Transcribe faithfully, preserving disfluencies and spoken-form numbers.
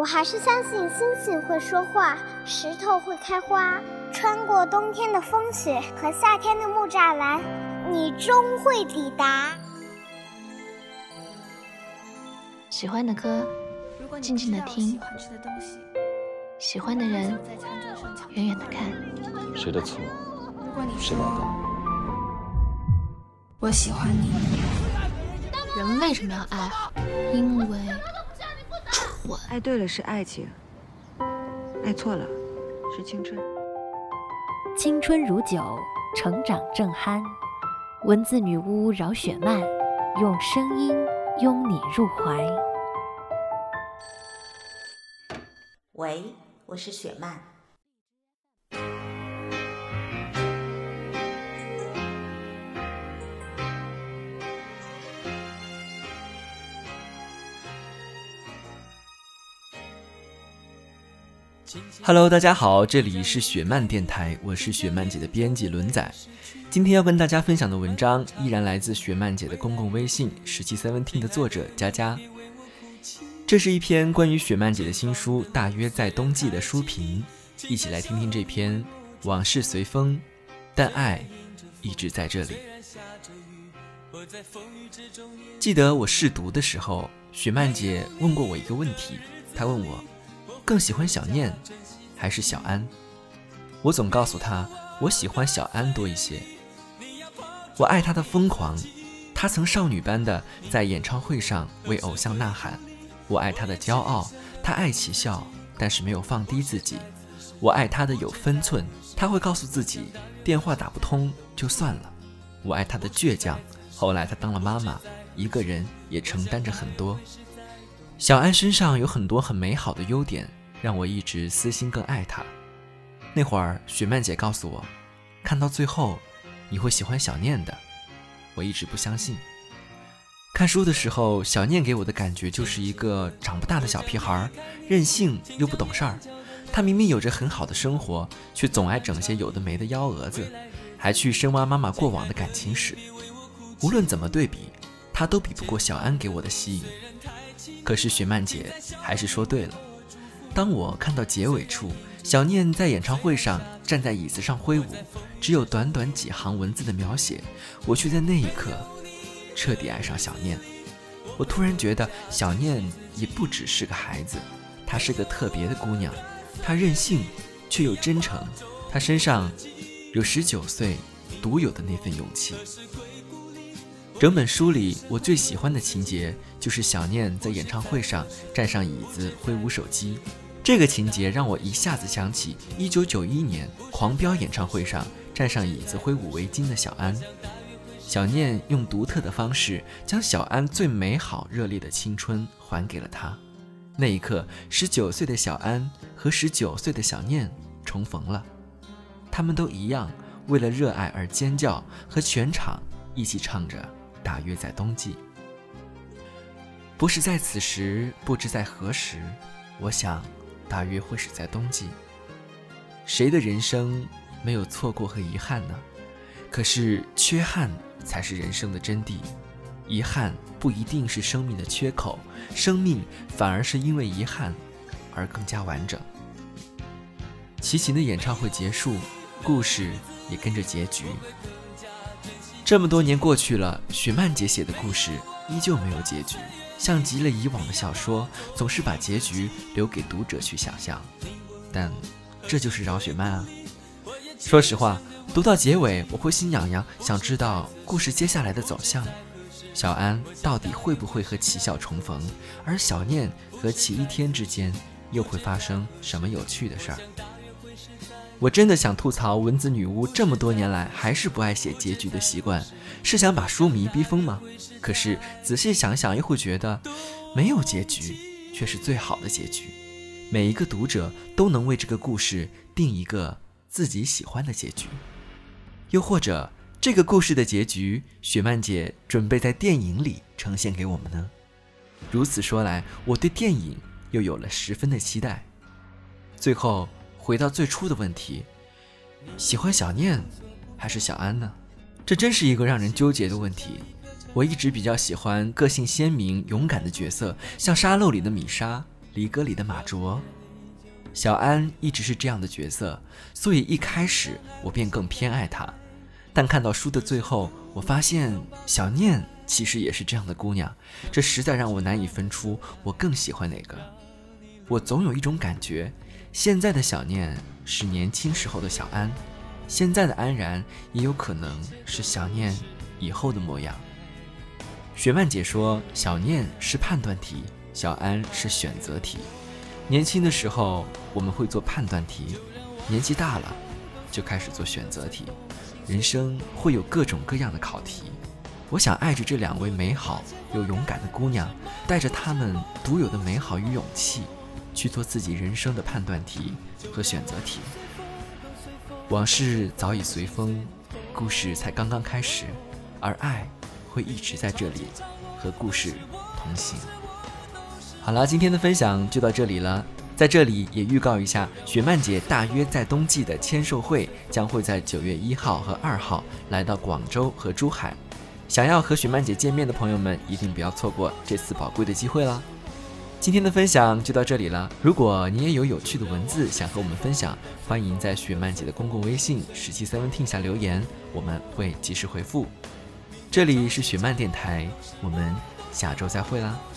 我还是相信星星会说话，石头会开花。穿过冬天的风雪和夏天的木栅栏，你终会抵达。 喜欢的歌，静静的听；喜欢的人，远远的看。 谁的错？谁来的？ 我喜欢你。 人为什么要爱好？因为蠢。 爱对了是爱情，爱错了是青春。 青春如酒，成长正酣。文字女巫饶雪漫，用声音拥你入怀。 喂，我是雪漫。 Hello， 大家好，这里是雪漫电台，我是雪漫姐的编辑轮仔。今天要跟大家分享的文章依然来自雪漫姐的公共微信十七 seventeen 的作者佳佳。这是一篇关于雪漫姐的新书《大约在冬季》的书评，一起来听听这篇往事随风，但爱一直在这里。记得我试读的时候，雪漫姐问过我一个问题，她问我更喜欢小念还是小安？我总告诉她我喜欢小安多一些。我爱她的疯狂，她曾少女般的在演唱会上为偶像呐喊。我爱她的骄傲，她爱起笑，但是没有放低自己。我爱她的有分寸，她会告诉自己电话打不通就算了。我爱她的倔强，后来她当了妈妈，一个人也承担着很多。小安身上有很多很美好的优点，让我一直私心更爱她。那会儿雪漫姐告诉我，看到最后你会喜欢小念的。我一直不相信。看书的时候，小念给我的感觉就是一个长不大的小屁孩，任性又不懂事儿。他明明有着很好的生活，却总爱整些有的没的幺蛾子，还去深挖妈妈过往的感情史。无论怎么对比，他都比不过小安给我的吸引。可是雪漫姐还是说对了。当我看到结尾处，小念在演唱会上站在椅子上挥舞，只有短短几行文字的描写，我却在那一刻彻底爱上小念。我突然觉得小念也不只是个孩子，她是个特别的姑娘，她任性却又真诚，她身上有十九岁独有的那份勇气。整本书里我最喜欢的情节就是小念在演唱会上站上椅子挥舞手机，这个情节让我一下子想起一九九一年狂飙演唱会上站上椅子挥舞围巾的小安。小念用独特的方式将小安最美好热烈的青春还给了他。那一刻，十九岁的小安和十九岁的小念重逢了，他们都一样为了热爱而尖叫，和全场一起唱着大约在冬季。不是在此时，不知在何时，我想大约会是在冬季。谁的人生没有错过和遗憾呢？可是缺憾才是人生的真谛。遗憾不一定是生命的缺口，生命反而是因为遗憾而更加完整。齐秦的演唱会结束，故事也跟着结局。这么多年过去了，雪漫姐写的故事依旧没有结局，像极了以往的小说，总是把结局留给读者去想象。但这就是饶雪漫啊。说实话，读到结尾我会心痒痒，想知道故事接下来的走向。小安到底会不会和齐笑重逢，而小念和齐一天之间又会发生什么有趣的事儿？我真的想吐槽文字女巫这么多年来还是不爱写结局的习惯，是想把书迷逼疯吗？可是仔细想想又会觉得，没有结局却是最好的结局。每一个读者都能为这个故事定一个自己喜欢的结局。又或者这个故事的结局，雪漫姐准备在电影里呈现给我们呢？如此说来，我对电影又有了十分的期待。最后回到最初的问题，喜欢小念还是小安呢？这真是一个让人纠结的问题。我一直比较喜欢个性鲜明勇敢的角色，像沙漏里的米莎， 离歌里的马卓。小安一直是这样的角色，所以一开始我便更偏爱她。但看到书的最后，我发现小念其实也是这样的姑娘，这实在让我难以分出我更喜欢哪个。我总有一种感觉，现在的小念是年轻时候的小安，现在的安然也有可能是小念以后的模样。雪漫姐说，小念是判断题，小安是选择题。年轻的时候我们会做判断题，年纪大了就开始做选择题，人生会有各种各样的考题。我想爱着这两位美好又勇敢的姑娘，带着她们独有的美好与勇气，去做自己人生的判断题和选择题。往事早已随风，故事才刚刚开始，而爱会一直在这里和故事同行。好了，今天的分享就到这里了。在这里也预告一下，雪漫姐大约在冬季的签售会将会在九月一号和二号来到广州和珠海。想要和雪漫姐见面的朋友们，一定不要错过这次宝贵的机会了。今天的分享就到这里了。如果你也有有趣的文字想和我们分享，欢迎在雪漫姐的公共微信十七 seventeen 下留言，我们会及时回复。这里是雪漫电台，我们下周再会啦。